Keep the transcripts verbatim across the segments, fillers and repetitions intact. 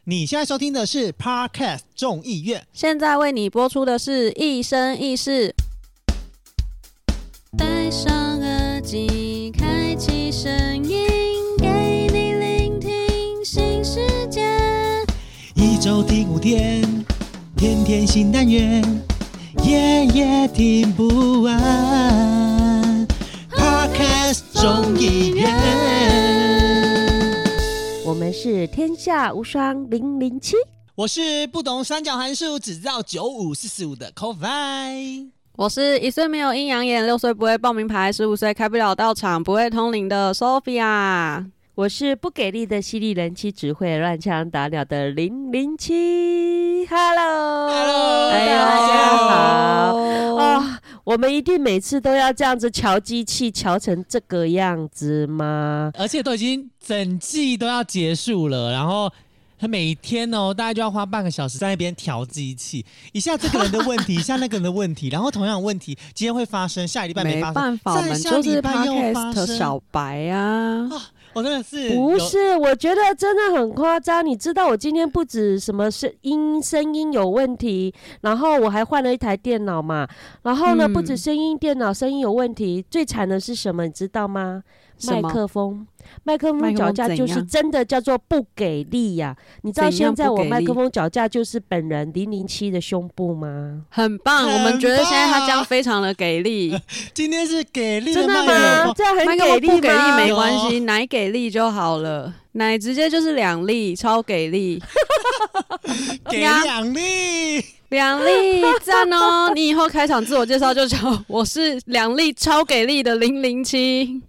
你现在收听的是 Podcast 众议院， 现在为你播出的是一生一世。戴上耳机，开启声音，给你聆听新世界。 一周听五天，天天新单元，夜夜听不完。Podcast 众议院， 我们是天下无双零零七， 我是不懂三角函数，只知道九五四十五的 Coffee。 我是一岁没有阴阳眼，六岁不会报名牌，十五岁开不了道场，不会通灵的 Sophia。 我是不给力的犀利人妻，只会乱枪打鸟的零零七。Hello，Hello， 哎呦， 大家好。哦，我们一定每次都要这样子调机器，调成这个样子吗？ 而且都已经整季都要结束了，然后他每天哦，大概就要花半个小时在那边调机器，一下这个人的问题，一下那个人的问题，然后同样的问题今天会发生，下礼拜没发生， 没办法，我们就是 Podcast 小白啊。 啊我真的是不是，我觉得真的很夸张。你知道我今天不止什么声音声音有问题，然后我还换了一台电脑嘛。然后呢，嗯、不止声音电脑声音有问题，最惨的是什么？你知道吗？麦克风，麦克风脚架就是真的叫做不给力呀、啊！你知道现在我麦克风脚架就是本人零零七的胸部吗？ 很棒，我们觉得现在他这样非常的给力。 今天是给力的真的吗？这样很给力吗？ 不给力没关系，奶给力就好了。奶直接就是两粒，超给力， 给两粒。 两粒赞哦！你以后开场自我介绍就叫我是两粒超给力的零零七。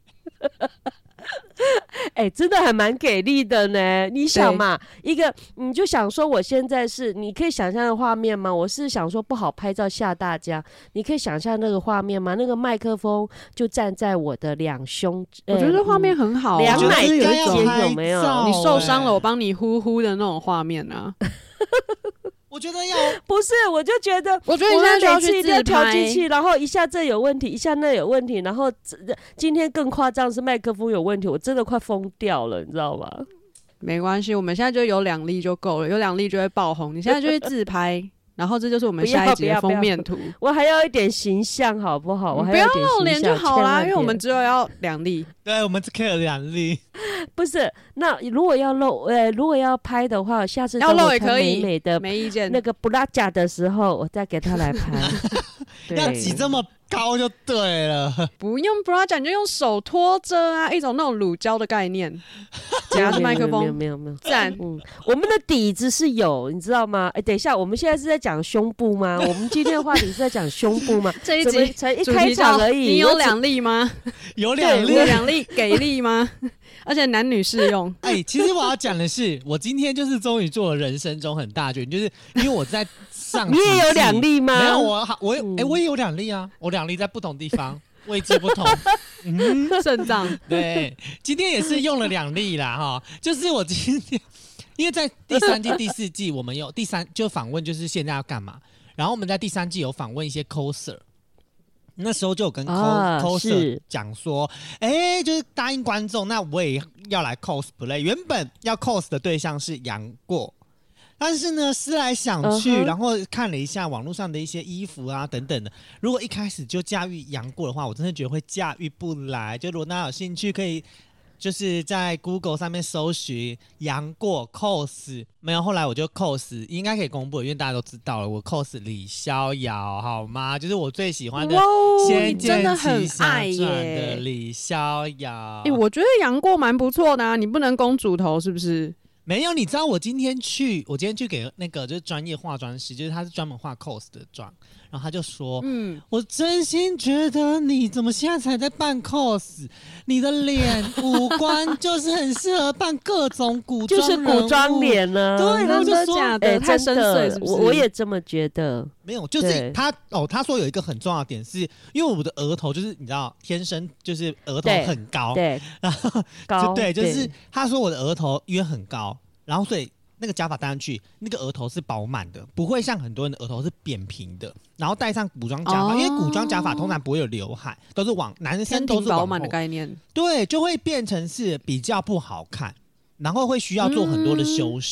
哎、欸，真的还蛮给力的呢。你想嘛，一个你就想说，我现在是你可以想象的画面吗？我是想说不好拍照吓大家，你可以想象那个画面吗？那个麦克风就站在我的两胸， 我觉得画面很好、啊， 两奶之间有没有？ 你受伤了，我帮你呼呼的那种画面啊。 我觉得要不是，我就觉得， 我觉得你现在就要去自拍， 调机器，然后一下这有问题，一下那有问题，然后今天更夸张是麦克风有问题，我真的快疯掉了，你知道吗？ 没关系，我们现在就有两粒就够了，有两粒就会爆红。你现在就去自拍。然后这就是我们下一集的封面图。 我还要一点形象，好不好？我还要不要露脸就好啦，因为我们只有要两粒。 对，我们只 care 两粒。 不是，那如果要露，呃，如果要拍的话，下次要露也可以， 美美的， 没意见。 那个布拉贾的时候，我再给他来拍。 要挤这么高就对了， 不用 bra 你就用手托着啊，一种那种乳胶的概念，夹着麦克风， 没有没有没有赞。 嗯，我们的底子是有，你知道吗？哎，等一下，我们现在是在讲胸部吗？我们今天的话题是在讲胸部吗？ 这一集才一开场而已， 你有两粒吗？ 有两粒， 有两粒给力吗？而且男女适用。 哎、欸，其实我要讲的是，我今天就是终于做了人生中很大决定，就是因为我在上你也有两粒吗？ 没有，我我哎、嗯欸，我也有两粒啊，我两粒在不同地方，位置不同。 嗯，肾脏对，今天也是用了两粒啦哈，就是我今天因为在第三季、第四季我们有第三就访问，就是现在要干嘛，然后我们在第三季有访问一些 coser。那时候就有跟 coser 讲说，哎、欸，就是答应观众，那我也要来 cosplay。原本要 cos 的对象是杨过，但是呢，思来想去， uh-huh. 然后看了一下网络上的一些衣服啊等等的，如果一开始就驾驭杨过的话，我真的觉得会驾驭不来。就如果大家有兴趣，可以就是在 Google 上面搜寻杨过 cos， 没有，后来我就 cos， 应该可以公布，因为大家都知道了，我 cos 李逍遥，好吗？就是我最喜欢的《仙剑奇侠传》的李逍遥。 哎、欸，我觉得杨过蛮不错的啊，你不能公主头是不是？ 没有，你知道我今天去，我今天去给那个就是专业化妆师，就是他是专门画 cos 的妆，然后他就说，嗯，我真心觉得你怎么现在才在扮 cos， 你的脸五官就是很适合扮各种古装人物， 就是古装脸呢。 对，然后就说， 假的、欸、太深邃是不是？ 我我也这么觉得。 没有，就是他哦，他说有一个很重要的点是，因为我的额头就是你知道天生就是额头很高， 对， 然后高对，就是他说我的额头因为很高，然后所以那个假发戴上去，那个额头是饱满的，不会像很多人的额头是扁平的。然后戴上古装假发、哦，因为古装假发通常不会有刘海，都是往男生都是往后， 饱满的概念， 对，就会变成是比较不好看，然后会需要做很多的修饰。嗯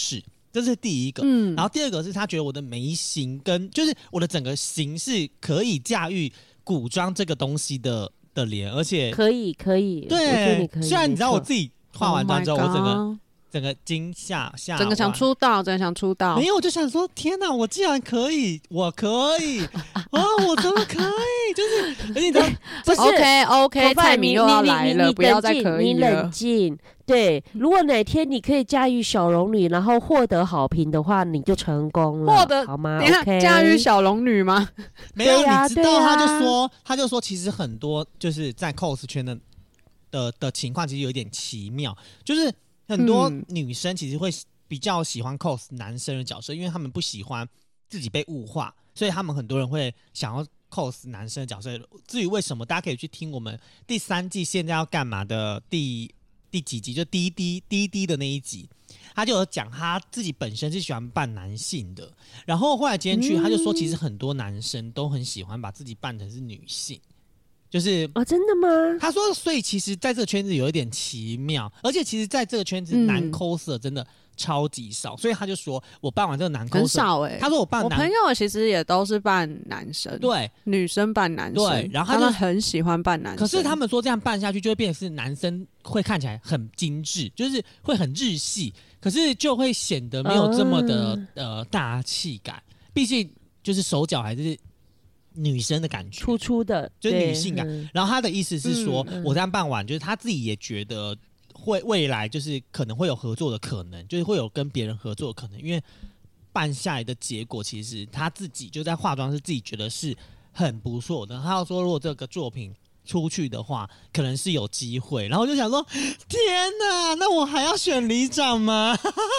这是第一个。嗯，然后第二个是他觉得我的眉形跟就是我的整个形是可以驾驭古装这个东西的的脸，而且可以可以， 对， 虽然你知道我自己化完妆之后， Oh 我整个整个惊吓吓， 整个想出道，整个想出道。 没有，我就想说，天哪，我竟然可以，我可以，啊，我怎么可以？就是，而且你知道， 不是 OK OK， 蔡明又要来了，不要再可以了。 你冷静，对，如果哪天你可以驾驭小龙女，然后获得好评的话，你就成功了， 获得好吗？ 等一下 OK 驾驭小龙女吗？ 没有， 啊、 你知道， 啊、 他就说，他就说，其实很多就是在 cos 圈的的的情况，其实有一点奇妙，就是很多女生其实会比较喜欢 cos 男生的角色，因为他们不喜欢自己被物化，所以他们很多人会想要 cos 男生的角色。至于为什么，大家可以去听我们第三季现在要干嘛的第第几集，就滴滴滴滴的那一集，他就有讲他自己本身是喜欢扮男性的，然后后来今天去，他就说其实很多男生都很喜欢把自己扮成是女性。就是哦，真的吗？ 他说，所以其实在这个圈子有一点奇妙，而且其实在这个圈子男 coser 真的超级少，嗯、所以他就说我扮完这个男 coser 很少哎、欸。 他说我扮男， 我朋友其实也都是扮男生， 对， 女生扮男生， 对，然后 他, 他们很喜欢扮男生。 可是他们说这样扮下去就会变成是男生会看起来很精致，就是会很日系，可是就会显得没有这么的、嗯、呃大气感，毕竟就是手脚还是。女生的感觉， 粗粗的， 就是女性感。嗯、然后他的意思是说，嗯嗯、我这样办完，就是他自己也觉得会未来就是可能会有合作的可能，就是会有跟别人合作的可能，因为办下来的结果，其实他自己就在化妆师自己觉得是很不错的。他要说，如果这个作品出去的话，可能是有机会。然后我就想说，天哪，那我还要选里长吗？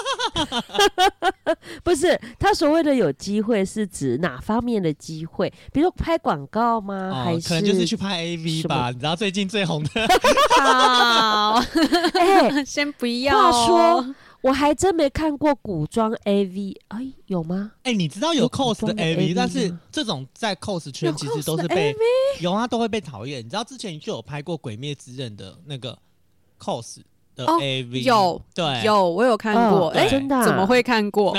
不是，他所谓的有机会是指哪方面的机会？比如说拍广告吗？哦、还是可能就是去拍 A V 吧？你知道最近最红的？ 好，哎、欸，先不要、哦。 话说，我还真没看过古装 A V， 哎，有吗？ 哎、欸，你知道有 cos 的 A V，, A V 但是这种在 cos 圈其实都是被 有, 有啊，都会被讨厌。你知道之前就有拍过《鬼灭之刃》的那个 cos 的 A V，、哦、 有对有，我有看过。哎、哦欸，真的、啊？怎么会看过？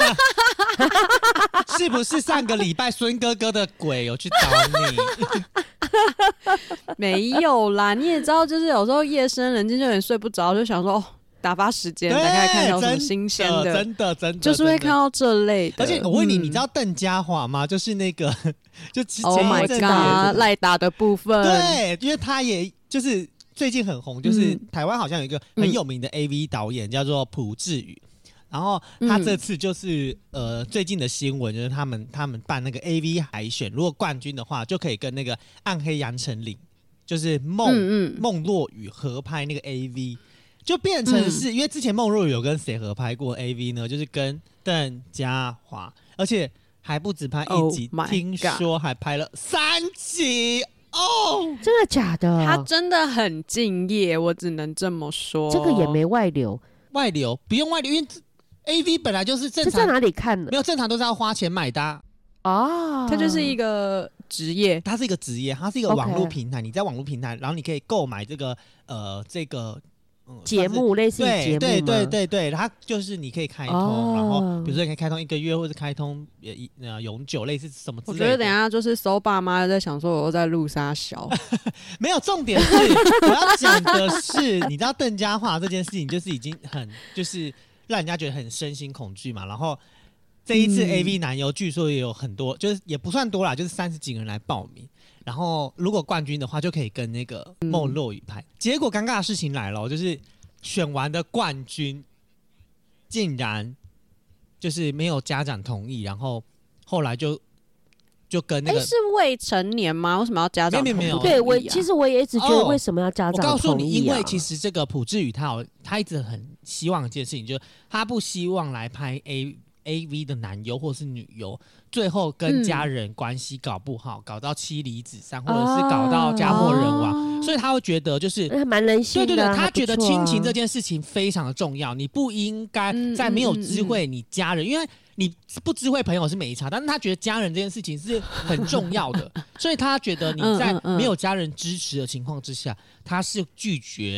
是不是上个礼拜孙哥哥的鬼有去找你？没有啦，你也知道，就是有时候夜深人静就有点睡不着，就想说哦。打发时间，大概看到什么新鲜的， 真的真的， 就是会看到这类的。 而且我问你，嗯、你知道邓家华吗？就是那个，就之前 Oh my God， 赖打的部分， 对，因为他也就是最近很红，就是台湾好像有一个很有名的 A V 导演、嗯、叫做朴智宇，然后他这次就是、嗯、呃最近的新闻就是他们他们办那个 A V 海选，如果冠军的话，就可以跟那个暗黑杨丞琳，就是孟孟若雨合拍那个 A V。就变成是、嗯、因为之前孟若雨有跟谁合拍过 A V 呢？就是跟邓家华，而且还不止拍一集， oh、 听说还拍了三集哦！ 真的假的？ 他真的很敬业，我只能这么说。 这个也没外流， 外流不用外流，因为 A V 本来就是正常。 这在哪里看的？ 没有正常都是要花钱买的啊。 哦， 它就是一个职业， 它是一个职业，它是一个网络平台。Okay. 你在网络平台，然后你可以购买这个呃这个。 节目类似节目， 对对对对，它就是你可以开通，哦、然后比如说你可以开通一个月，或者开通也呃永久，类似什么之类的。 我觉得等一下就是搜爸妈在想说我又在录啥小， 没有重点是我要讲的是，你知道邓家华这件事情就是已经很就是让人家觉得很身心恐惧嘛，然后这一次 A V 男优据说也有很多，就是也不算多啦，就是三十几个人来报名。然后如果冠军的话，就可以跟那个孟若雨拍。嗯、结果尴尬的事情来了，就是选完的冠军竟然就是没有家长同意，然后后来就就跟那个是未成年吗？为什么要家长同意、啊？ 没有没有， 对我其实我也一直觉得为什么要家长同意、啊哦、我告诉你， 因为其实这个朴智宇他有他一直很希望一件事情，就是他不希望来拍 A A V 的男优或是女优，最后跟家人关系搞不好，嗯、搞到妻离子散，或者是搞到家破人亡，哦、所以他会觉得就是蛮人性的， 对对对，他觉得亲情这件事情非常的重要，你不应该在没有知会你家人，嗯嗯嗯嗯因为你不知会朋友是没差，但是他觉得家人这件事情是很重要的，所以他觉得你在没有家人支持的情况之下，他是拒绝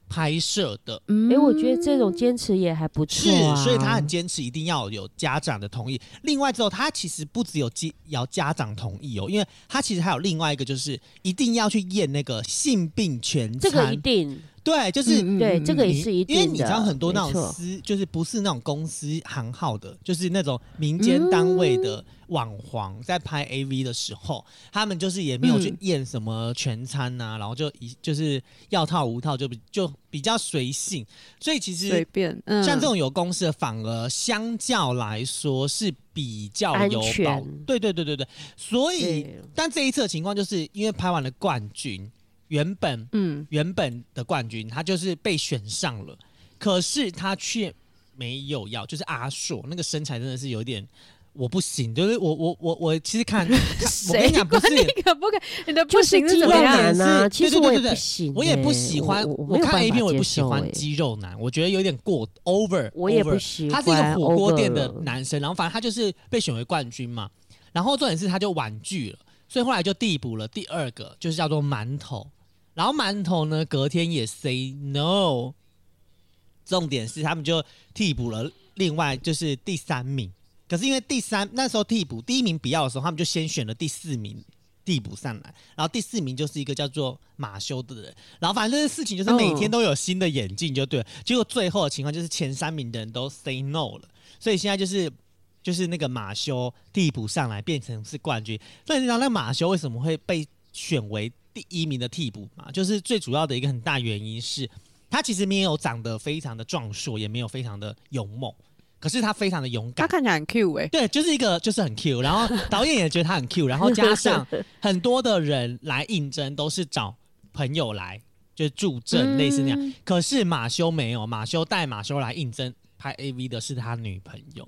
拍摄的。 哎、嗯欸，我觉得这种坚持也还不错啊。 是，所以他很坚持一定要有家长的同意。另外之后，他其实不只有要家长同意哦，因为他其实还有另外一个，就是一定要去验那个性病全餐。 这个一定。 对，就是、 嗯、对，这个也是一定的， 因为你知道很多那种私，就是不是那种公司行号的，就是那种民间单位的网黄，在拍 A V 的时候，嗯、他们就是也没有去验什么全餐啊，嗯、然后就一就是要套无套就比就比较随性，所以其实随便，嗯、 像这种有公司的，反而相较来说是比较有保，对对对对对，所以但这一次的情况就是因为拍完了冠军。原本，嗯，原本的冠军他就是被选上了，可是他却没有要，就是阿硕那个身材真的是有点我不行，就是我我我我其实看，我跟你讲不是你可不可以，你的不行是怎么样呢？其实我也不行、 欸， 我也不喜欢，我, 我, 我看 A 片我也不喜欢肌肉男，我觉得有点过 over， 我也不喜欢。 他是一个火锅店的男生，然后反正他就是被选为冠军嘛，然后重点是他就婉拒了，所以后来就递补了第二个，就是叫做馒头。然后馒头呢，隔天也 say no。重点是他们就替补了另外就是第三名，可是因为第三那时候替补第一名不要的时候，他们就先选了第四名替补上来，然后第四名就是一个叫做马修的人，然后反正这个事情就是每天都有新的演进就对了。哦、结果最后的情况就是前三名的人都 say no 了，所以现在就是就是那个马修替补上来变成是冠军。所以你知道那个马修为什么会被选为第一名的替补嘛？就是最主要的一个很大原因是，他其实没有长得非常的壮硕，也没有非常的勇猛，可是他非常的勇敢。 他看起来很 Q 哎、欸， 对，就是一个就是很 Q， 然后导演也觉得他很 Q， 然后加上很多的人来应征都是找朋友来，就是助阵类似那样。嗯、可是马修没有，马修带马修来应征拍 A V 的是他女朋友。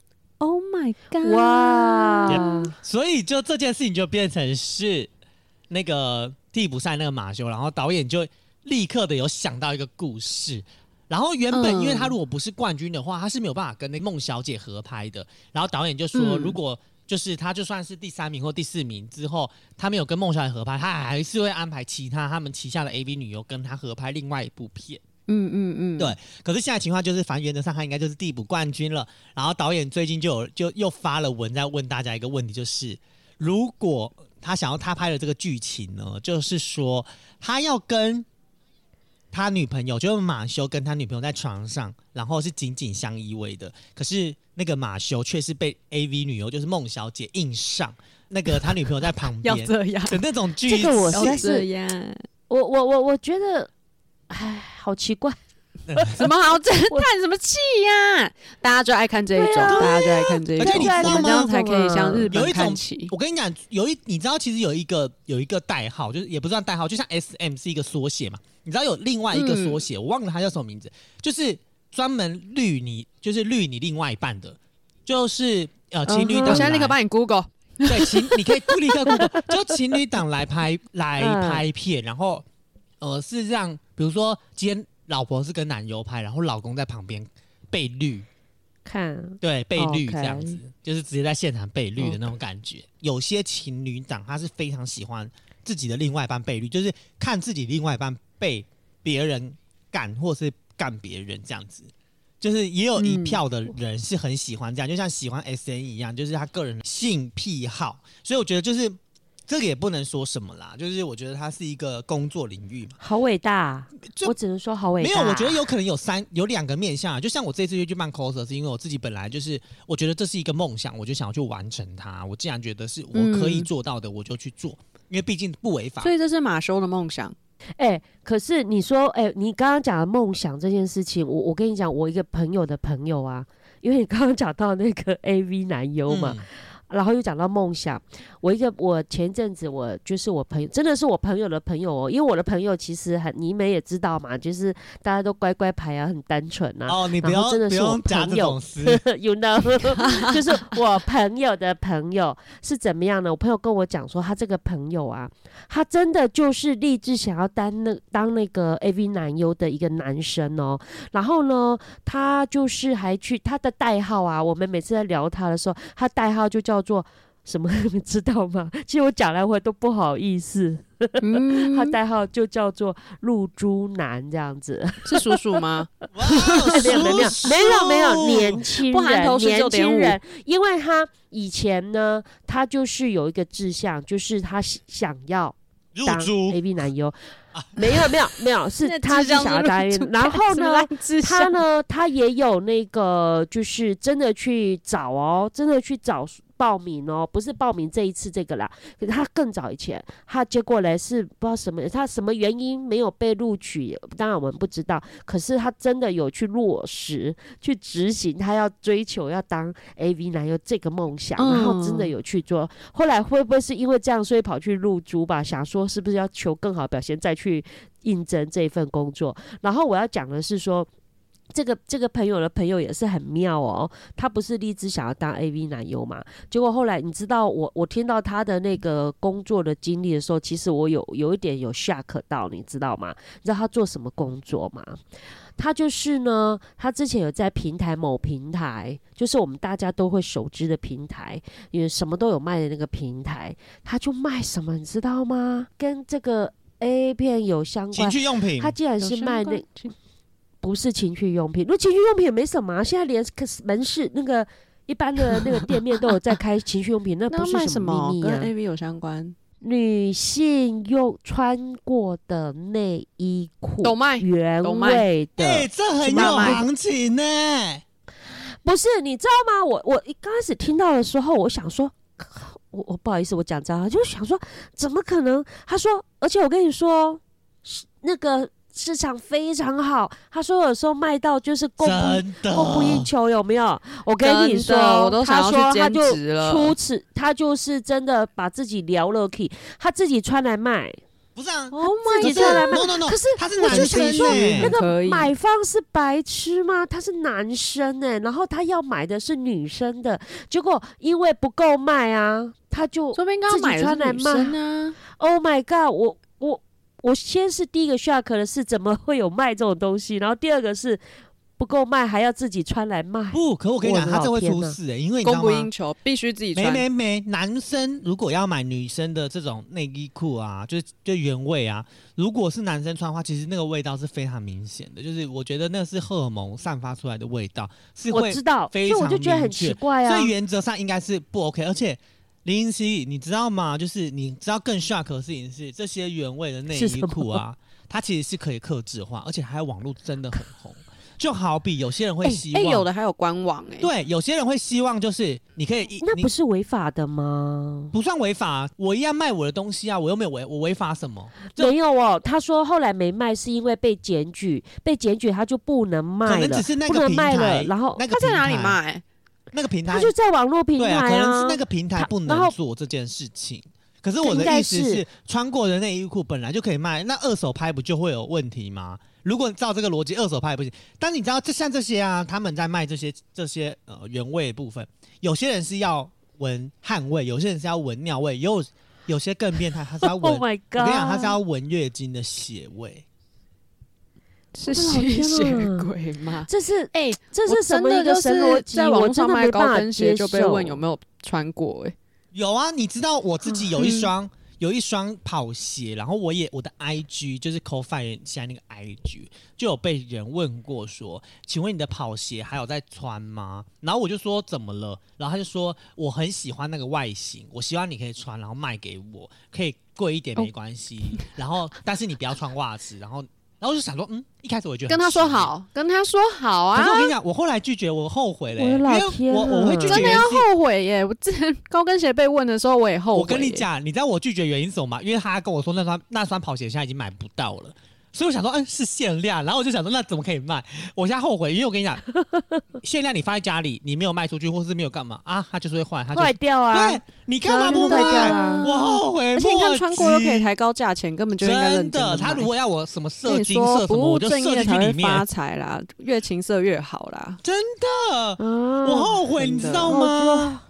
Oh my god！ 哇！ 所以就这件事情就变成是那个替补赛那个马修，然后导演就立刻的有想到一个故事，然后原本因为他如果不是冠军的话，他是没有办法跟那孟小姐合拍的，然后导演就说，嗯、如果就是他就算是第三名或第四名之后，他没有跟孟小姐合拍，他还是会安排其他他们旗下的 A V 女优跟他合拍另外一部片。 嗯嗯嗯， 对。可是现在情况就是，反正原则上他应该就是递补冠军了。然后导演最近就有就又发了文在问大家一个问题，就是如果他想要他拍的这个剧情呢，就是说他要跟他女朋友，就是马修跟他女朋友在床上，然后是紧紧相依偎的。可是那个马修却是被 A V 女优，就是孟小姐硬上，那个他女朋友在旁边要这样的那种剧情。 这个我实在是我我我我觉得，哎，好奇怪。 什么好？这叹什么气呀、啊？大家就爱看这一种，啊、大家就爱看这一种， 而且你知道吗？ 我们这样才可以向日本看齐。 我跟你讲，有一你知道，其实有一个有一个代号，就是也不算代号，就像 S M 是一个缩写嘛。你知道有另外一个缩写，嗯、我忘了它叫什么名字，就是专门绿你，就是绿你另外一半的，就是呃情侣档。 我现在立刻帮你 Google。 对，情你可以立刻 Google， 就情侣档来拍来拍片，然后呃是让比如说今天老婆是跟男优拍，然后老公在旁边被绿看， 对，被绿这样子， okay. 就是直接在现场被绿的那种感觉。Okay. 有些情侣档他是非常喜欢自己的另外一半被绿，就是看自己另外一半被别人干或是干别人这样子。就是也有一票的人是很喜欢这样，嗯、就像喜欢 S N 一样，就是他个人性癖好。所以我觉得就是这个也不能说什么啦，就是我觉得它是一个工作领域嘛。 好伟大、啊，我只能说好伟大、啊。 没有，我觉得有可能有三有两个面向、啊，就像我这次去办 coser， 是因为我自己本来就是我觉得这是一个梦想，我就想要去完成它。我既然觉得是我可以做到的，嗯、我就去做，因为毕竟不违法。 所以这是马修的梦想。 哎、欸，可是你说，哎、欸，你刚刚讲的梦想这件事情，我我跟你讲，我一个朋友的朋友啊，因为你刚刚讲到那个 A V 男优嘛。嗯，然后又讲到梦想，我一个我前阵子我就是我朋友，真的是我朋友的朋友哦，因为我的朋友其实很，你们也知道嘛，就是大家都乖乖牌啊，很单纯啊。 哦，你不要真的是我朋友，you know， 就是我朋友的朋友是怎么样呢？我朋友跟我讲说，他这个朋友啊，他真的就是立志想要当那当那个 A V 男优的一个男生哦。然后呢，他就是还去他的代号啊，我们每次在聊他的时候，他代号就叫做什么你知道吗？其实我讲来回都不好意思。嗯、他代号就叫做露珠男，这样子是叔叔吗？ 没有没有没有没有没有年轻人，年轻人，因为他以前呢，他就是有一个志向，就是他想要当 A V 男优。没有没有没有，是他是想要当 A V， 然后呢，他呢他也有那个就是真的去找哦，真的去找。报名哦，不是报名这一次这个啦，可是他更早以前，他结果来是不知道什么，他什么原因没有被录取，当然我们不知道，可是他真的有去落实、去执行，他要追求要当 A V 男优这个梦想，嗯、然后真的有去做。后来会不会是因为这样，所以跑去入珠吧？想说是不是要求更好表现，再去应征这份工作？然后我要讲的是说。这个这个朋友的朋友也是很妙哦，他不是立志想要当 A V 男优嘛？结果后来你知道我我听到他的那个工作的经历的时候，其实我有有一点有 shock 到，你知道吗？你知道他做什么工作吗？他就是呢，他之前有在平台某平台，就是我们大家都会熟知的平台，因为什么都有卖的那个平台，他就卖什么，你知道吗？跟这个 A 片有相关， 情趣用品， 他竟然是卖那。不是情趣用品，因为情趣用品也没什么、啊，现在连门市那个一般的那个店面都有在开情趣用品，那不是什么秘密啊。 跟 A V 有相关， 女性用穿过的内衣裤， 都卖原味的， 哎、欸，这很有行情呢、欸。 不是，你知道吗？我我一刚开始听到的时候，我想说，我我不好意思，我讲脏话，就想说，怎么可能？他说，而且我跟你说，那个。市场非常好，他说有时候卖到就是供不供不应求，有没有？我跟你说， 我都想要去兼职了。 他说他就出此，他就是真的把自己聊了 key， 他自己穿来卖。 不是啊， 哦妈，自己穿来卖。 no no no， 可是他是我就想说，那个买方是白痴吗？他是男生哎、欸，然后他要买的是女生的，结果因为不够卖啊，他就自己穿来卖啊。 Oh my god， 我我。我先是第一个 shock 的是怎么会有卖这种东西，然后第二个是不够卖还要自己穿来卖。 不，可我跟你讲，他这会出事哎、欸，因为你知道吗？ 供不应求，必须自己穿。 没没没，男生如果要买女生的这种内衣裤啊，就是就原味啊，如果是男生穿的话，其实那个味道是非常明显的，就是我觉得那是荷尔蒙散发出来的味道，是会我知道，所以我就觉得很奇怪啊。 所以原则上应该是不 OK， 而且。林英熙，你知道吗？就是你知道更 shock 的事情是，这些原味的内衣裤啊，它其实是可以客制化，而且还有网络真的很红。就好比有些人会希望， 哎、欸欸，有的还有官网哎、欸， 对，有些人会希望就是你可以， 那不是违法的吗？ 不算违法，我一样卖我的东西啊，我又没有违，我违法什么？ 没有哦，他说后来没卖是因为被检举，被检举他就不能卖了， 可能只是那个平台， 了然后那个他在哪里卖？ 那个平台， 他就在网络平台 啊, 啊，可能是那个平台不能做这件事情。可是我的意思是，穿过的内衣裤本来就可以卖，那二手拍不就会有问题吗？如果照这个逻辑，二手拍不行。但你知道，这像这些啊，他们在卖这些这些呃原味的部分，有些人是要闻汗味，有些人是要闻尿味，有有些更变态，他是要闻。 Oh my god！ 我跟你讲，他是要闻月经的血味。 是吸血鬼吗？ 这是哎、欸， 这是什么一个神逻辑？ 在网络上卖高跟鞋就被问有没有穿过、欸？哎， 有啊，你知道我自己有一双、嗯、有一双跑鞋，然后我也我的 I G 就是 Cofire 现在那个 I G 就有被人问过说，请问你的跑鞋还有在穿吗？然后我就说怎么了？然后他就说我很喜欢那个外形，我希望你可以穿，然后卖给我，可以贵一点没关系、哦，然后但是你不要穿袜子，然后。然后我就想说，嗯，一开始我觉得跟他说好，跟他说好啊。 可是我跟你讲，我后来拒绝，我后悔了、欸， 我的老天， 我我会拒绝， 真的要后悔耶！我之前高跟鞋被问的时候，我也后悔。 我跟你讲，你知道我拒绝原因是什么吗？因为他跟我说那双那双跑鞋现在已经买不到了。所以我想说，嗯，是限量，然后我就想说，那怎么可以卖？我现在后悔，因为我跟你讲，限量你放在家里，你没有卖出去，或是没有干嘛啊，它就是会坏，它就坏掉啊。 对，你干嘛不卖？啊、我后悔。 而且你看穿过又可以抬高价钱，根本就应该认真的。他如果要我什么射精射什么， 不务正业才会发财啦，越情色越好啦。 真的，嗯、我后悔，你知道吗？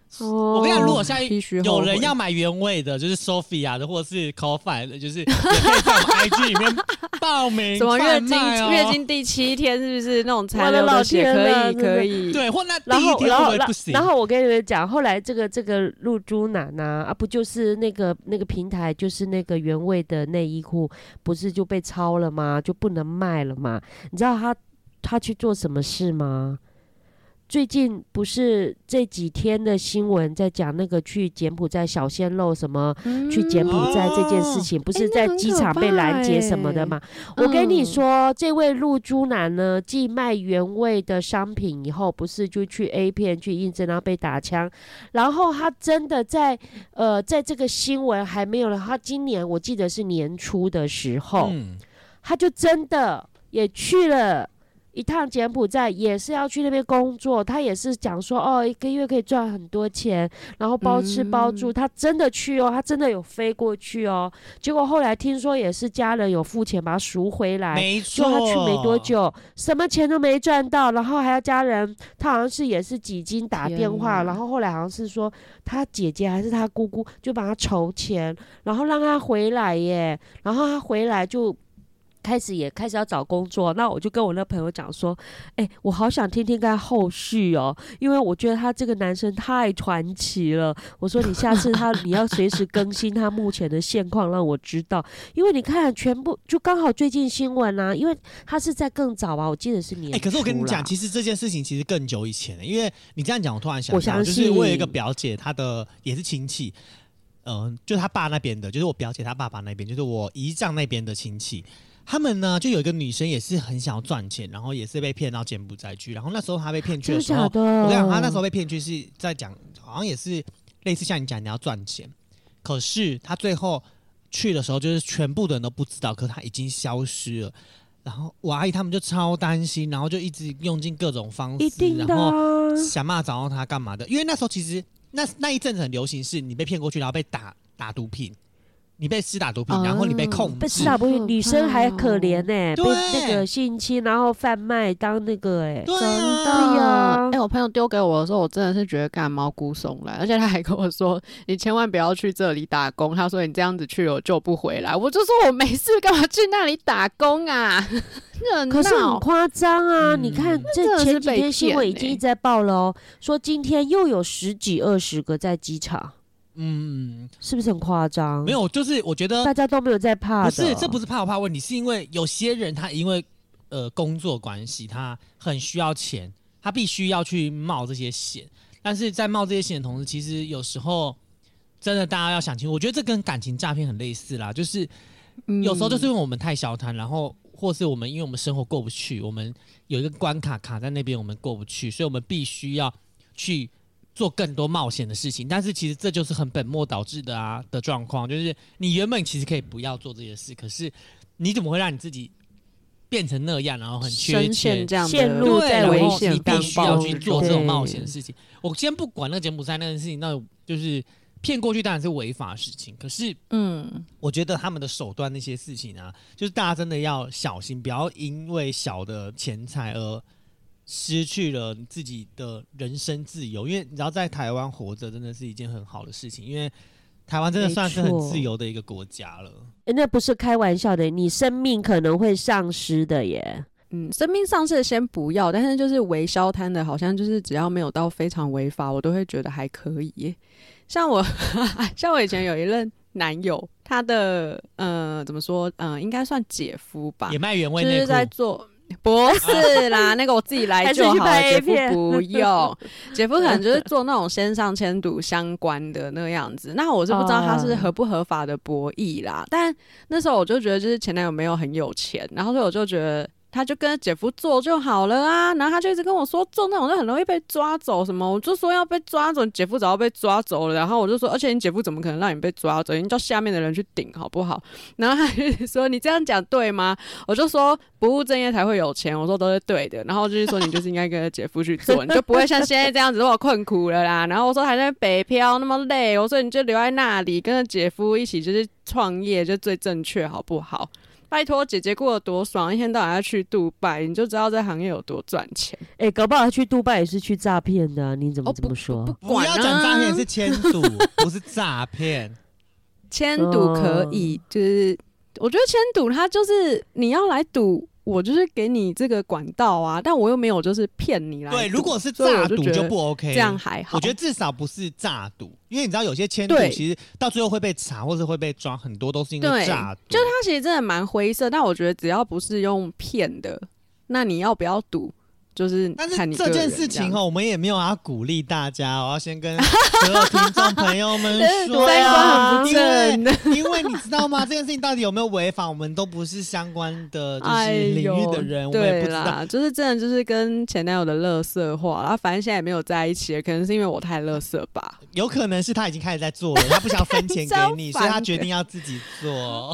哦、 我跟你讲，如果现在有人要买原味的，就是 Sophia 的，或者是 Coffee 的，就是也可以在我们 I G 里面报名、 什么月经、 哦、 月经第七天是不是那种残留的血可以可以？ 对，或那第一天会不会不行？ 然后我跟你们讲，后来这个这个露珠男啊啊，不就是那个那个平台，就是那个原味的内衣裤，不是就被抄了吗？就不能卖了吗？你知道他他去做什么事吗？最近不是这几天的新闻在讲那个去柬埔寨小鲜肉什么、嗯、去柬埔寨这件事情、嗯、不是在机场被拦截什么的吗、欸、我跟你说、嗯、这位露珠男呢既卖原味的商品以后不是就去 A 片去应征然后被打枪，然后他真的在呃在这个新闻还没有了，他今年我记得是年初的时候、嗯、他就真的也去了一趟柬埔寨，也是要去那边工作，他也是讲说哦一个月可以赚很多钱，然后包吃包住、嗯、他真的去哦，他真的有飞过去哦，结果后来听说也是家人有付钱把他赎回来， 没错， 就他去没多久什么钱都没赚到，然后还要家人，他好像是也是几经打电话，然后后来好像是说他姐姐还是他姑姑就帮他筹钱，然后让他回来耶，然后他回来就开始也开始要找工作，那我就跟我那朋友讲说，哎、欸，我好想听听看后续哦，因为我觉得他这个男生太传奇了。我说你下次他你要随时更新他目前的现况，让我知道，因为你看全部就刚好最近新闻啊，因为他是在更早啊，我记得是年初啦。哎、欸， 可是我跟你讲，其实这件事情其实更久以前了，因为你这样讲，我突然想到，就是我有一个表姐，她的也是亲戚，嗯、呃，就是他爸那边的，就是我表姐她爸爸那边，就是我姨丈那边的亲戚。他们呢，就有一个女生也是很想要赚钱，然后也是被骗到柬埔寨去。然后那时候她被骗去的时候， 的我跟你讲，她那时候被骗去是在讲，好像也是类似像你讲你要赚钱，可是她最后去的时候，就是全部的人都不知道，可是她已经消失了。然后我阿姨他们就超担心，然后就一直用尽各种方式，然后想办法找到她干嘛的。因为那时候其实那那一阵子很流行，是你被骗过去，然后被打打毒品。你被施打毒品、嗯，然后你被控制。 被施打毒品，女生还可怜呢、欸，被那个性侵，然后贩卖当那个哎、欸， 真的呀！哎、欸，我朋友丢给我的时候，我真的是觉得干毛骨悚然，而且他还跟我说：“你千万不要去这里打工。”他说：“你这样子去了，我救不回来。”我就说：“我没事，干嘛去那里打工啊？” 可是很夸张啊、嗯！你看，这前几天新闻已经一直在报了哦、喔，说今天又有十几二十个在机场。嗯，是不是很夸张？ 没有，就是我觉得大家都没有在怕的。 不是，这不是怕不怕问题，是因为有些人他因为呃工作关系，他很需要钱，他必须要去冒这些险。但是在冒这些险的同时，其实有时候真的大家要想清楚，我觉得这跟感情诈骗很类似啦。就是有时候就是因为我们太小贪，然后或是我们因为我们生活过不去，我们有一个关卡卡在那边，我们过不去，所以我们必须要去做更多冒险的事情，但是其实这就是很本末倒置的啊的状况，就是你原本其实可以不要做这些事，可是你怎么会让你自己变成那样，然后很缺钱， 这样陷入在危险， 你必须要去做这种冒险的事情。我先不管那个柬埔寨那件事情，那就是骗过去当然是违法的事情，可是嗯，我觉得他们的手段那些事情啊，就是大家真的要小心，不要因为小的钱财而失去了自己的人身自由，因为你知道在台湾活着真的是一件很好的事情，因为台湾真的算是很自由的一个国家了。 欸、那不是开玩笑的，你生命可能会丧失的耶。 嗯，生命丧失的先不要，但是就是微消摊的，好像就是只要没有到非常违法，我都会觉得还可以耶。像我，像我以前有一任男友，他的呃怎么说，呃应该算姐夫吧， 也卖原味内裤， 就是在做。不是啦，那个我自己来就好了，姐夫不用。姐夫可能就是做那种线上签赌相关的那个样子。那我是不知道他是合不合法的博弈啦，但那时候我就觉得就是前男友没有很有钱，然后所以我就觉得他就跟姐夫做就好了啊，然后他就一直跟我说做那种就很容易被抓走什么，我就说要被抓走，你姐夫早就被抓走了，然后我就说，而且你姐夫怎么可能让你被抓走？你叫下面的人去顶好不好？然后他就说你这样讲对吗？我就说不务正业才会有钱，我说都是对的，然后就是说你就是应该跟着姐夫去做，你就不会像现在这样子那么困苦了啦。然后我说还在北漂那么累，我说你就留在那里跟着姐夫一起就是创业，就最正确好不好？ 拜托，姐姐过得多爽，一天到晚要去杜拜，你就知道这行业有多赚钱。 哎、欸，搞不好他去杜拜也是去诈骗的、啊，你怎么这么说？ 哦、不, 不, 不, 不要讲诈骗，是签赌，不是诈骗。 签赌可以，就是我觉得签赌它就是你要来赌。我就是给你这个管道啊，但我又没有就是骗你来赌。 对，如果是诈赌就不 OK， 这样还好。 我觉得至少不是诈赌，因为你知道有些签赌其实到最后会被查，或是会被抓，很多都是因为诈赌。 就它其实真的蛮灰色，但我觉得只要不是用骗的，那你要不要赌？就是看你个人。 但是这件事情哦，我们也没有要鼓励大家，我要先跟所有听众朋友们说啊，因为因为你知道吗？这件事情到底有没有违法，我们都不是相关的就是领域的人，哎、我们也不知道。 就是真的就是跟前男友的垃圾话，然后反正现在也没有在一起了，可能是因为我太垃圾吧。 有可能是他已经开始在做了，他不想分钱给你，所以他决定要自己做。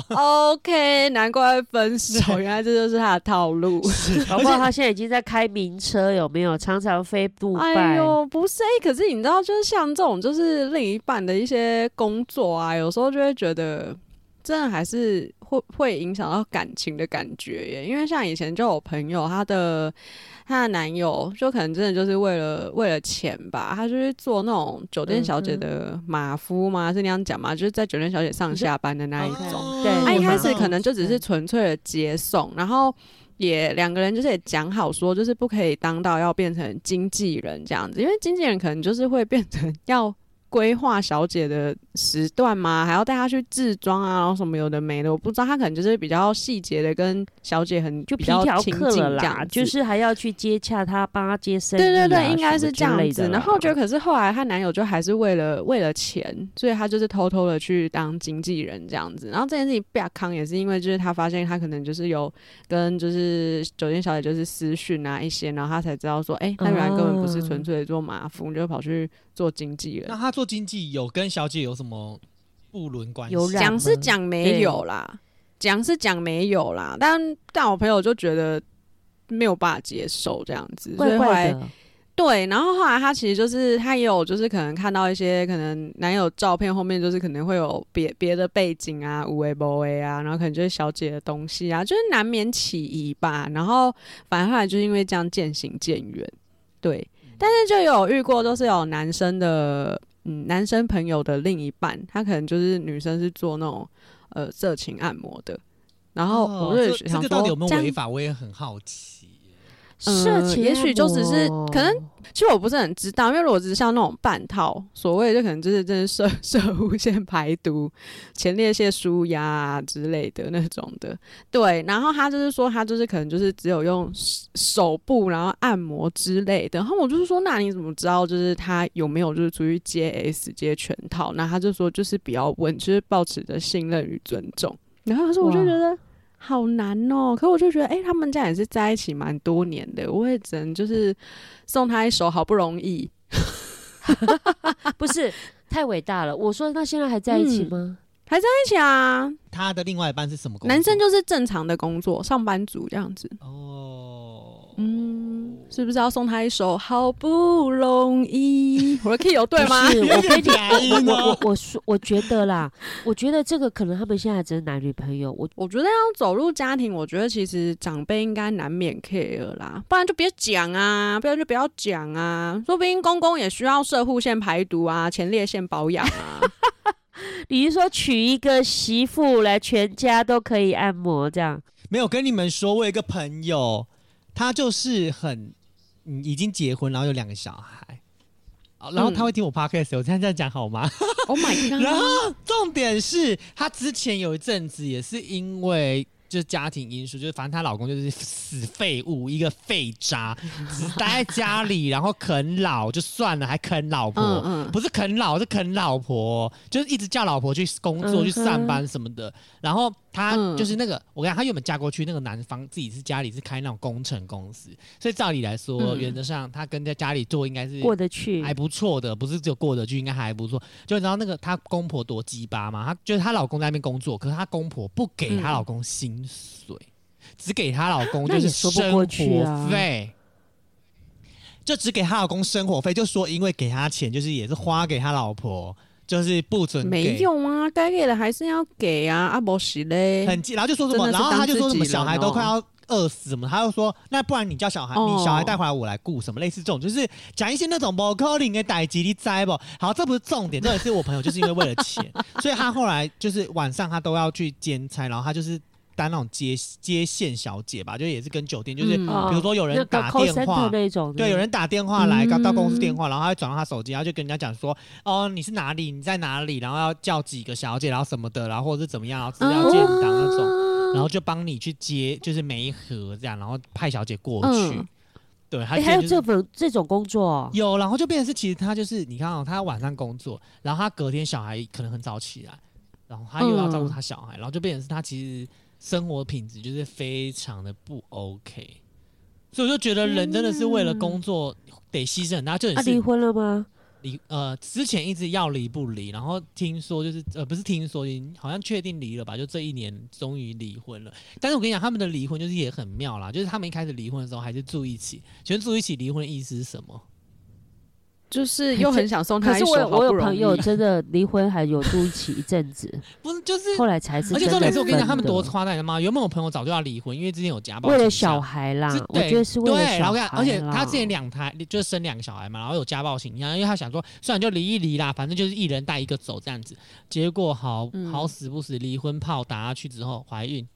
OK， 难怪会分手，原来这就是他的套路。 搞不好他现在已经在开名车，有没有常常飞杜拜？ 哎呦，不是、欸，可是你知道，就是像这种就是另一半的一些工作啊，有时候就会觉得真的还是会会影响到感情的感觉耶。因为像以前就有朋友，她的她的男友就可能真的就是为了为了钱吧，他就去做那种酒店小姐的马夫嘛，嗯、是那样讲嘛，就是在酒店小姐上下班的那一种。 哦、 对，他、啊、一开始可能就只是纯粹的接送，然后。也两个人就是也讲好说，就是不可以当到要变成经纪人这样子，因为经纪人可能就是会变成要规划小姐的时段嘛，还要带她去制装啊，然后什么有的没的，我不知道。他可能就是比较细节的，跟小姐很就皮条客了啦，就是还要去接洽她，帮她接生意、啊。 对对对，应该是这样子。然后我觉得，可是后来她男友就还是为了为了钱，所以他就是偷偷的去当经纪人这样子。然后这件事情被康也是因为，就是他发现他可能就是有跟就是酒店小姐就是私讯啊一些，然后他才知道说，哎、欸，他原来根本不是纯粹的做马夫，嗯、就跑去做经纪人。 那他做经纪有跟小姐有什么不伦关系？ 讲是讲没有啦，讲是讲没有啦，但但我朋友就觉得没有办法接受这样子， 怪怪的。 对，然后后来他其实就是他也有就是可能看到一些可能男友照片后面就是可能会有别别的背景啊，有的没的啊，然后可能就是小姐的东西啊，就是难免起疑吧。然后反正后来就是因为这样渐行渐远，对。但是就有遇过，都是有男生的，嗯，男生朋友的另一半，他可能就是女生是做那种呃色情按摩的，然后我就想说， 哦、这, 这个到底有没有违法？我也很好奇。 色情、 呃、也许就只是可能，其实我不是很知道，因为如果只是像那种半套，所谓的就可能就是真的射射物腺排毒、前列腺舒压啊之类的那种的，对。然后他就是说，他就是可能就是只有用手部然后按摩之类的。然后我就是说，那你怎么知道就是他有没有就是出去接 S 接全套？那他就说就是不要问，就是抱持着信任与尊重。然后可是我就觉得。好难哦，可我就觉得，哎、欸，他们家也是在一起蛮多年的，我也只能就是送他一首，好不容易， 不是太伟大了。我说，那现在还在一起吗？嗯、 还在一起啊。 他的另外一半是什么工作？ 男生就是正常的工作，上班族这样子。 哦， 嗯，是不是要送他一首好不容易？我的 key 有对吗？ 是我跟你我我我说，我觉得啦，我觉得这个可能他们现在只是男女朋友。我我觉得要走入家庭，我觉得其实长辈应该难免 care 啦，不然就别讲啊，不然就不要讲啊。说不定公公也需要射护腺排毒啊，前列腺保养啊。 你是说娶一个媳妇来，全家都可以按摩这样？ 没有跟你们说，我有一个朋友，他就是很、嗯、已经结婚，然后有两个小孩，然后他会听我 podcast，、嗯、我现在这样讲好吗 ？Oh my god！ 然后重点是他之前有一阵子也是因为。就是家庭因素，就是反正她老公就是死废物，一个废渣，只待在家里，然后啃老就算了，还啃老婆，嗯嗯不是啃老，是啃老婆，就是一直叫老婆去工作、嗯、去上班什么的。然后她就是那个，嗯、我跟你讲，她原本嫁过去，那个男方自己是家里是开那种工程公司，所以照理来说，嗯、原则上她跟在家里做应该是过得去，还不错的，不是只有过得去，应该还不错。就你知道那个她公婆多鸡巴嘛？她就是她老公在那边工作，可是她公婆不给她老公薪水。嗯只给她老公就是生活费，就只给她老公生活费，就说因为给她钱就是也是花给她老婆， 就是不准给， 没用啊，该给的还是要给啊，啊不是嘞， 很然后就说什么，然后他就说什么小孩都快要饿死什么，他就说那不然你叫小孩，哦、你小孩带回来我来顾什么，类似这种，就是讲一些那种不可能的代志，你知不？好，这不是重点，这也是我朋友就是因为为了钱，所以他后来就是晚上他都要去兼差，然后他就是当那种接接线小姐吧，就也是跟酒店，就是、嗯、比如说有人打电话、 那种， 对，有人打电话来、嗯、到公司电话，然后他会转到他手机，然后就跟人家讲说，哦，你是哪里？你在哪里？然后要叫几个小姐，然后什么的，然后或者是怎么样，然后资料建档那种。哦，然后就帮你去接，就是媒合这样，然后派小姐过去。嗯、对，他、就是欸、 还有这种这种工作、哦、 有，然后就变成是，其实他就是你看哦，他晚上工作，然后他隔天小孩可能很早起来，然后他又要照顾他小孩，嗯、然后就变成是他其实生活品质就是非常的不 OK， 所以我就觉得人真的是为了工作得牺牲很大。就很是离婚了吗？ 离呃，之前一直要离不离，然后听说就是呃，不是听说，好像确定离了吧？就这一年终于离婚了。但是我跟你讲，他们的离婚就是也很妙啦，就是他们一开始离婚的时候还是住一起。请问住一起离婚的意思是什么？ 就是又很想送他一手， 可是我我有朋友真的离婚还有住一起一阵子， 不是就是后来才是真的分的。 而且重点是我跟你讲，他们多夸大的妈！原本我朋友早就要离婚，因为之前有家暴， 为了小孩啦，我觉得是为了小孩。 对，然后而且他之前两胎就是生两个小孩嘛，然后有家暴倾向，因为他想说，算了就离一离啦，反正就是一人带一个走这样子。结果好好死不死，离婚炮打下去之后怀孕。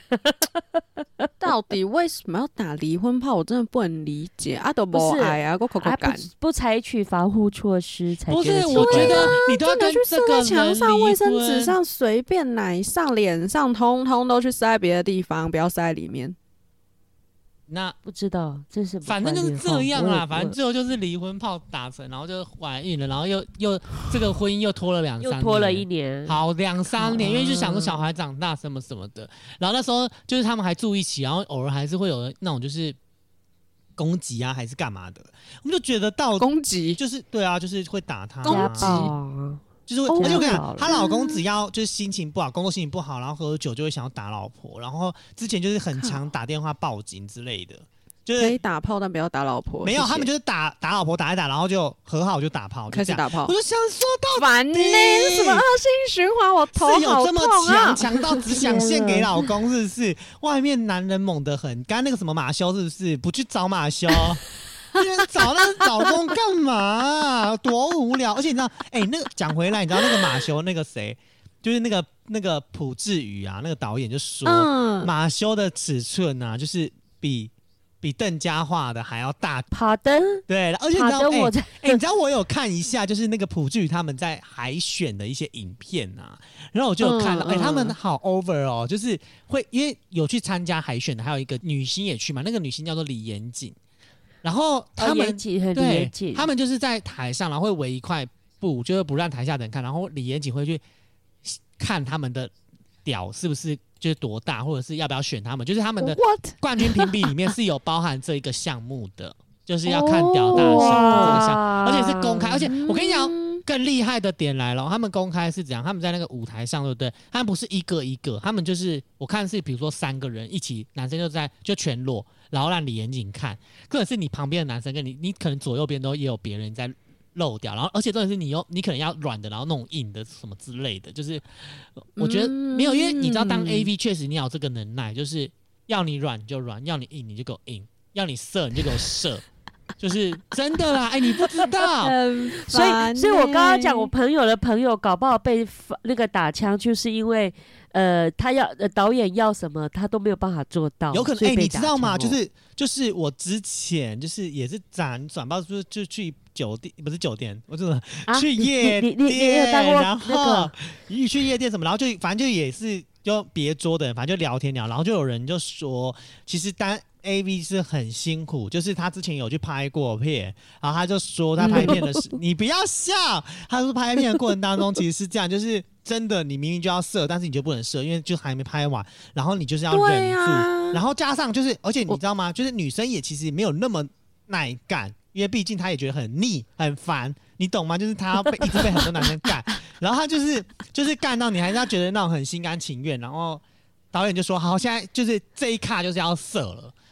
到底为什么要打离婚炮？我真的不能理解啊！都不爱啊，我口口干不采取防护措施才不是？我觉得你都要跟这个人去射在墙上、卫生纸上，随便哪上脸上，通通都去塞在别的地方，不要塞在里面。 那不知道，这是反正就是这样啦。反正最后就是离婚炮打成，然后就怀孕了，然后又又这个婚姻又拖了两三年， 又拖了一年， 好两三年，因为就想说小孩长大什么什么的。然后那时候就是他们还住一起，然后偶尔还是会有那种就是攻击啊，还是干嘛的。我们就觉得到攻击就是对啊，就是会打他、啊、 攻击。 就是会，而且我跟你讲，她老公只要就是心情不好，工作心情不好，然后喝酒就会想要打老婆，然后之前就是很常打电话报警之类的，就是可以打炮，但不要打老婆。 没有， 谢谢他们就是打打老婆，打一打，然后就和好就打炮， 开始打炮。 我就想说到烦呢、欸，什么恶性循环？我头好痛啊！ 是有这么强，强到只想献给老公，是不是？外面男人猛得很，刚刚那个什么马修是不是？不去找马修。找那老公干嘛、啊？多无聊！而且你知道，哎、欸，那个讲回来，你知道那个马修那个谁，就是那个那个朴智宇啊，那个导演就说，嗯、马修的尺寸啊，就是比比邓家画的还要大。 好的， 对，而且你知道，哎、欸欸，你知道我有看一下，就是那个朴智宇他们在海选的一些影片啊，然后我就有看到，哎、嗯欸，他们好 over 哦，就是会因为有去参加海选的，还有一个女星也去嘛，那个女星叫做李延景。然后他们、 哦、 对，他们就是在台上，然后会围一块布，就是不让台下的人看。然后李延景会去看他们的屌是不是就是多大，或者是要不要选他们。就是他们的冠军评比里面是有包含这一个项目的，就是要看屌大小这个项目，而且是公开。而且我跟你讲，更厉害的点来了，他们公开是怎样？他们在那个舞台上，对不对？他们不是一个一个，他们就是我看是比如说三个人一起，男生就在就全裸。然后让李延景看，或者是你旁边的男生跟你，你可能左右边都也有别人在漏掉，然后而且重点是你又你可能要软的，然后那种硬的什么之类的，就是我觉得没有，因为你知道当 A V 确实你要有这个能耐，就是要你软就软，要你硬你就给我硬，要你射你就给我射。就是真的啦，哎、欸，你不知道， 所以，所以我刚刚讲，我朋友的朋友搞不好被那个打枪，就是因为，呃，他要、呃、导演要什么，他都没有办法做到， 有可能，哎、欸，你知道吗？就是就是我之前就是也是转转报，就是就去酒店，不是酒店，我真的、啊、去夜店，你你你你有当过、那个、然后去夜店什么，然后就反正就也是就别桌的人，反正就聊天聊，然后就有人就说，其实单。A V 是很辛苦，就是他之前有去拍过片，然后他就说他拍片的是，你不要笑，他说拍片的过程当中其实是这样，就是真的你明明就要射，但是你就不能射，因为就还没拍完，然后你就是要忍住，啊、然后加上就是，而且你知道吗？就是女生也其实没有那么耐干，因为毕竟她也觉得很腻很烦，你懂吗？就是她要被一直被很多男生干，然后她就是就是干到你还是要觉得那种很心甘情愿，然后导演就说好，现在就是这一卡就是要射了。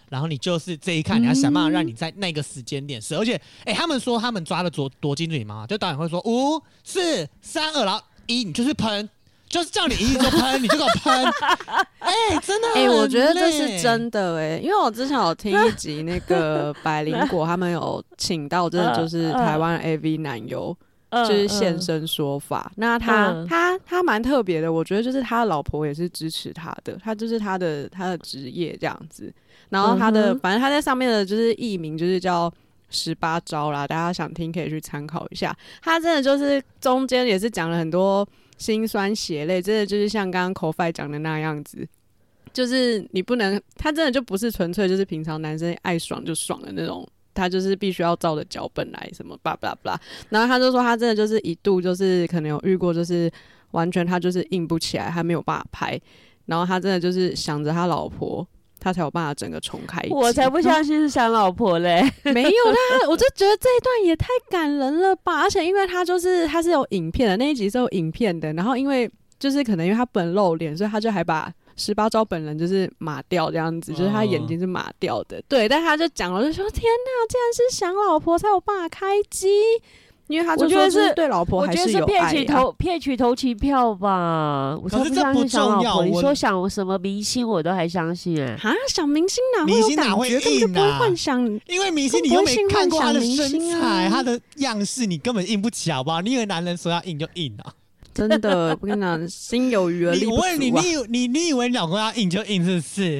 然后你就是这一看，你要想办法让你在那个时间点射，而且哎、欸，他们说他们抓的多多精准吗？就导演会说五四三二，然后一，你就是喷。就是叫你一就喷，你就给我喷。哎、欸，真的，哎、 欸，我觉得这是真的哎、欸，因为我之前有听一集那个百灵果，他们有请到真的就是台湾 A V 男优，就是现身说法。那他他他蛮特别的，我觉得就是他老婆也是支持他的，他就是他的他的职业这样子。然后他的、嗯、反正他在上面的就是艺名就是叫十八招啦，大家想听可以去参考一下。他真的就是中间也是讲了很多心酸血泪，真的就是像刚刚 Kofi 讲的那样子，就是你不能，他真的就不是纯粹就是平常男生爱爽就爽的那种，他就是必须要照着脚本来什么 blah blah blah。然后他就说他真的就是一度就是可能有遇过，就是完全他就是硬不起来，他没有办法拍，然后他真的就是想着他老婆。他才有办法整个重开机。 我才不相信是想老婆嘞， 没有啦，我就觉得这一段也太感人了吧！而且因为他就是他是有影片的，那一集是有影片的，然后因为就是可能因为他不能露脸，所以他就还把十八招本人就是码掉这样子，就是他眼睛是码掉的。对，但他就讲了，就说天哪，竟然是想老婆才有办法开机。因为他就说是对老婆还是有爱、啊、我觉得是骗取投骗取投期票吧，我才不相信想老婆。你说想什么明星我都还相信哎、欸， 啊，想明星哪会有感觉，根本就不会幻想。 因为明星你又没看过他的身材、他的样式，你根本硬不起好不好？你以为男人说要硬就硬啊？ 真的，我跟你讲，心有余而力不足、啊。 我问你，你你你以为老公要硬就硬是不是？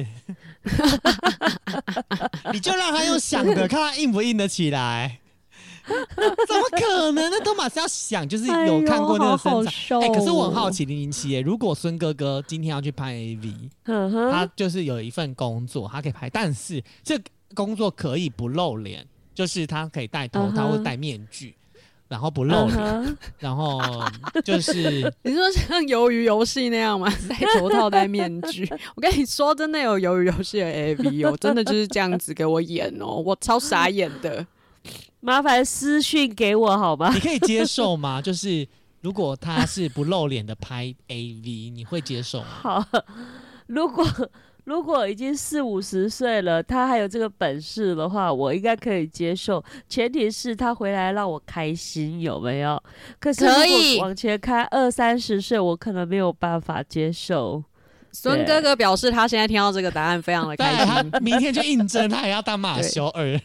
你就让他用想的，看他硬不硬得起来。怎么可能？那都马是要想，就是有看过那个身材。哎、欸，可是我很好奇零零七耶，如果孙哥哥今天要去拍 A V，、嗯、他就是有一份工作，他可以拍，但是这工作可以不露脸，就是他可以戴头套或戴面具，嗯、然后不露脸，嗯、然后就是你说像鱿鱼游戏那样吗？戴头套戴面具？我跟你说，真的有鱿鱼游戏的 A V 哦，真的就是这样子给我演哦，我超傻眼的。 麻烦私讯给我好吗？ 你可以接受吗？就是如果他是不露脸的拍 A V， 你会接受吗？ 好，如果如果已经四五十岁了，他还有这个本事的话，我应该可以接受。前提是他回来让我开心，有没有？可是如果往前开二三十岁，我可能没有办法接受。 孙哥哥表示，他现在听到这个答案非常的开心， 他明天就应征，他也要当马修二。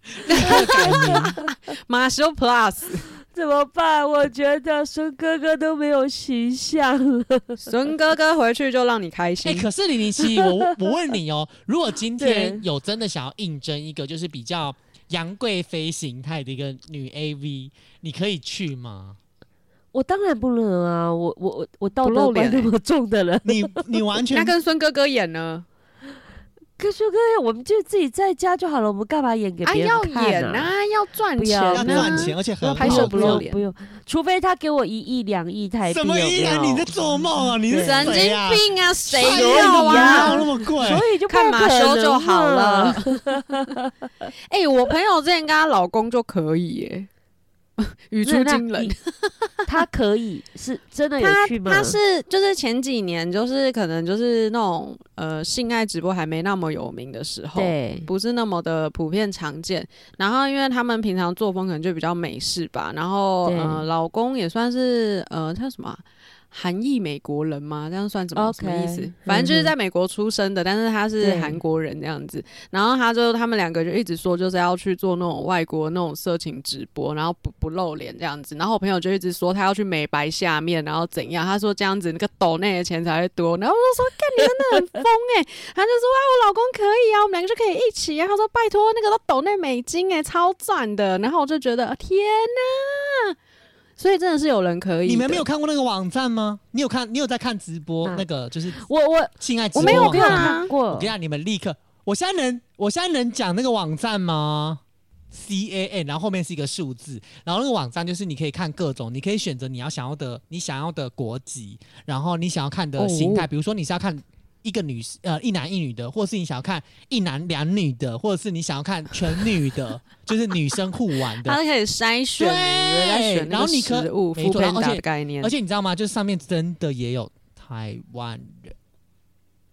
马修 Plus 怎么办？我觉得孙哥哥都没有形象了。 孙哥哥回去就让你开心。 哎、欸，可是零零七，我我问你哦，如果今天有真的想要应征一个就是比较杨贵妃形态的一个女 A V， 你可以去吗？ 我当然不能啊！我我我道德观那么重的人， 你你完全那跟孙哥哥演呢？ 可是哥，我们就自己在家就好了，我们干嘛演给别人看啊？ 啊要演啊，要赚钱、啊， 要赚钱，而且很拍摄不露脸， 不用，除非他给我一亿、两亿台币。 什么一亿？你在做梦啊！你是神经病啊！谁要啊？ 那么贵， 所以就看马修就好了。哎欸，我朋友之前跟她老公就可以耶、欸。语出惊人， 他可以是真的有趣吗？ 他, 他是就是前几年就是可能就是那种呃性爱直播还没那么有名的时候， 对， 不是那么的普遍常见。然后因为他们平常作风可能就比较美式吧，然后呃老公也算是呃他什么、啊。韩裔美国人吗？这样算什么、okay, 什么意思？反正就是在美国出生的，嗯、但是他是韩国人这样子。然后他就他们两个就一直说，就是要去做那种外国那种色情直播，然后不不露脸这样子。然后我朋友就一直说他要去美白下面，然后怎样？他说这样子那个抖内的钱才会多。然后我就说，干你真的很疯哎、欸！他就说啊，我老公可以啊，我们两个就可以一起啊。他说拜托，那个都抖内美金哎、欸，超赞的。然后我就觉得天哪！所以真的是有人可以。 你们没有看过那个网站吗？你有看？你有在看直播？啊、那个就是我我性爱直播， 我没有看过。 我跟你讲，你们立刻，我现在能我现在能讲那个网站吗 ？C A N， 然后后面是一个数字，然后那个网站就是你可以看各种，你可以选择你要想要的，你想要的国籍，然后你想要看的形态，哦、比如说你是要看。一个女呃一男一女的，或是你想要看一男两女的，或者是你想要看全女的，就是女生互玩的， 它可以筛选， 对，然后你可以没错，而且概念， 而且你知道吗？就是上面真的也有台湾人在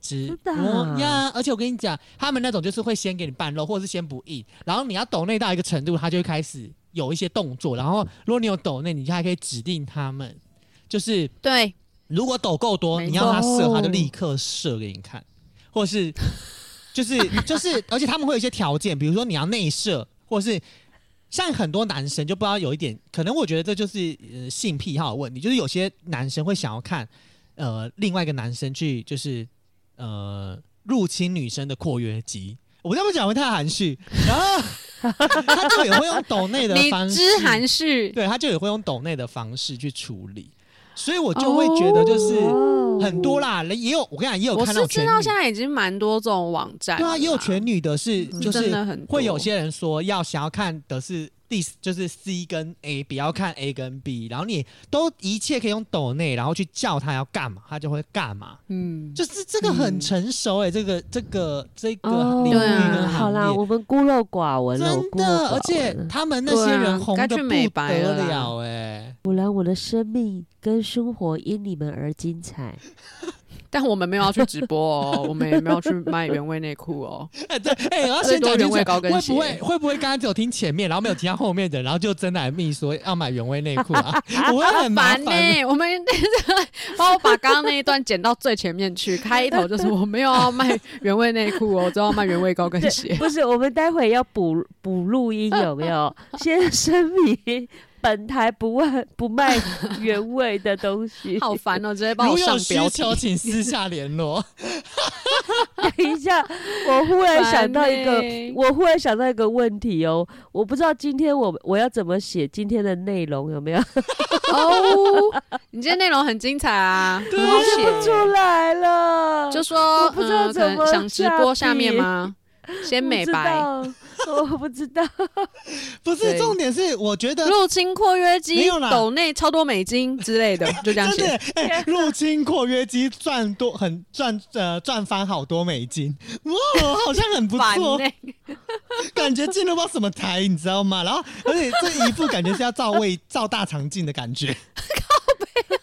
直播呀！而且我跟你讲，他们那种就是会先给你半肉，或者是先不硬，然后你要抖内到一个程度，他就会开始有一些动作。然后如果你有抖内，你就还可以指定他们，就是对， 如果抖够多，你要他射，他就立刻射给你看，或者是就是就是，而且他们会有一些条件，比如说你要内射，或者是。像很多男生就不知道有一点，可能我觉得这就是呃性癖好的问题，就是有些男生会想要看呃另外一个男生去就是呃入侵女生的括约肌，我这么讲会太含蓄，然后他就也会用抖内的方式， 你知含蓄， 对，他就也会用抖内的方式去处理，所以我就会觉得就是很多啦，也有我跟你讲也有看到全女， 我是知道现在已经蛮多这种网站， 对啊，也有全女的是， 嗯、 就是会有些人说要想要看的是第就是 C 跟 A， 不要看 A 跟 B， 然后你都一切可以用抖内，然后去叫他要干嘛，他就会干嘛。嗯，就是这个很成熟哎、欸嗯，这个这个这个领域跟行业、 哦、好啦，我们孤陋寡闻了， 真的，而且他们那些人红的不得了哎、欸， 不然我的生命跟生活因你们而精彩。 但我们没有要去直播哦，我们也没有去卖原味内裤哦。 哎、欸，对，哎、欸，我要先讲原味高跟鞋， 会不会会不会刚刚只有听前面，然后没有听到后面的，然后就真来密说要买原味内裤啊？我会很麻烦、 欸。我们帮我把刚刚那一段剪到最前面去，开头就是我没有要卖原味内裤哦，我只要卖原味高跟鞋。 不是，我们待会要补补录音有没有？先声明。本台不卖不卖原味的东西， 好烦哦！直接帮我上标题。 如有需求，请私下联络。 等一下，我忽然想到一个，我忽然想到一个问题哦，我不知道今天我我要怎么写今天的内容，有没有？ 哦，你今天内容很精彩啊， 对，我写不出来了， 就说我不知道怎么、 嗯、想直播下面吗？先美白。 我不知道， 不是重点是，我觉得入侵括约肌，抖内超多美金之类的，就这样写。 欸、入侵括约肌赚多很赚呃赚翻好多美金，哇，好像很不错， 欸、 感觉进入不知道什么台，你知道吗？然后而且这一副感觉是要照胃照大肠镜的感觉， 靠北。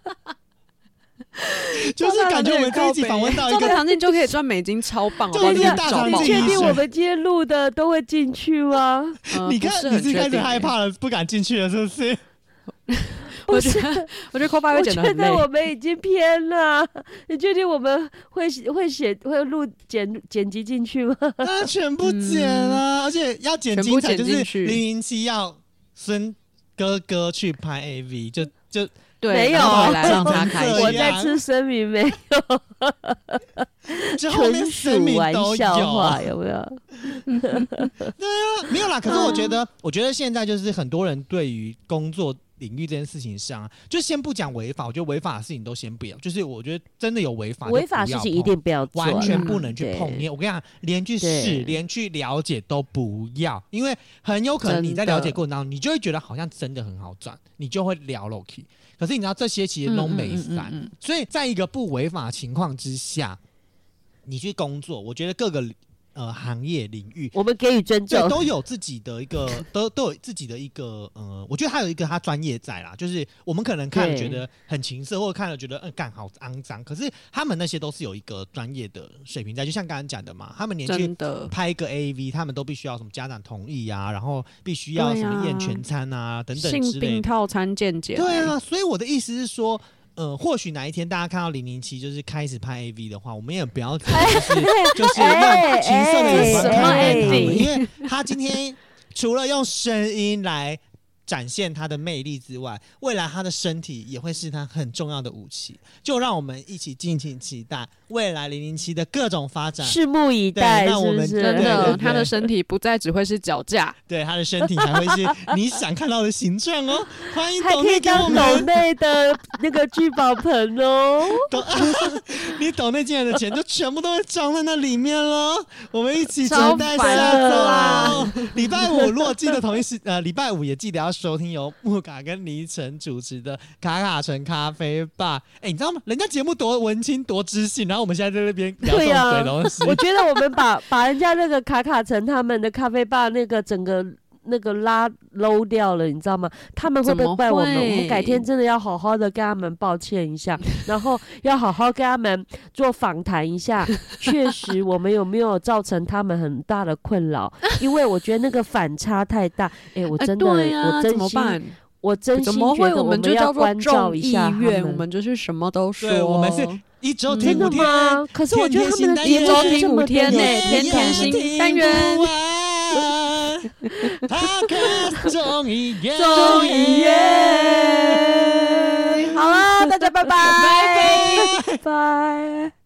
就是感觉我们这一集访问到一个大肠镜就可以赚美金，超棒！ 就是大肠镜， 你确定我们今天录的都会进去吗？ 呃、 你看你是开始害怕了，不敢进去了，是不是？ 我觉得，我觉得 Kobe 会剪得很累。 我觉得我们已经偏了。你确定我们会会写会录剪剪辑进去吗？ 那全部剪啊、嗯，而且要剪精彩，就是零零七要孙哥哥去拍 A V， 就就。 对， 没有来让他开心。 我在吃生米没有，纯属玩笑话，有没有？ 对啊，没有啦。可是我觉得，嗯、我觉得现在就是很多人对于工作领域这件事情上、啊，就先不讲违法，我觉得违法的事情都先不要。就是我觉得真的有违法， 违法事情一定不要做， 完全不能去碰。因为我跟你讲，连去试、连去了解都不要，因为很有可能你在了解过程当中，你就会觉得好像真的很好赚，你就会聊下去。可是你知道这些其实都没散、嗯嗯嗯嗯，所以在一个不违法的情况之下，你去工作，我觉得各个呃行业领域， 我们给予尊重， 对，都有自己的一个，都都有自己的一个呃，我觉得还有一个他专业在啦，就是我们可能看了觉得很情色，或者看了觉得嗯干好肮脏，可是他们那些都是有一个专业的水平在，就像刚刚讲的嘛，他们连去拍一个 A V， 他们都必须要什么家长同意啊，然后必须要什么验全餐啊等等之类的， 性病套餐健检， 对啊，所以我的意思是说。呃，或许哪一天大家看到零零七就是开始拍 A V 的话，我们也不要就是、欸、就是用情色的眼光看待他们、欸，因为他今天除了用声音来展现他的魅力之外，未来他的身体也会是他很重要的武器。就让我们一起敬请期待未来零零七的各种发展， 拭目以待。 那我们真的，他的身体不再只会是脚架， 对，他的身体还会是你想看到的形状哦。欢迎抖内给我们，抖内的那个聚宝盆哦。 你抖内进来的钱就全部都会装在那里面了。我们一起期待下周。礼拜五如果记得同一时呃，礼拜五也记得要收听由木卡跟黎晨主持的卡卡城咖啡吧。哎、欸，你知道吗？人家节目多文青多知性，然后我们现在在那边聊这种鬼东西。 我觉得我们把把人家那个卡卡城他们的咖啡吧那个整个那个拉 low 掉了，你知道吗？他们会不会怪我们？我们改天真的要好好的跟他们抱歉一下，然后要好好跟他们做访谈一下，确实我们有没有造成他们很大的困扰？因为我觉得那个反差太大。哎、欸，我真的， 欸啊、 我真心。我真心觉得我们要关照一下他们， 我们就是什么都说， 我们是一周听五天、 嗯、吗？可是我觉得他们的一周听五天呢、欸，天天新单元。 中医院， 中医院，好了，大家拜拜， 拜拜。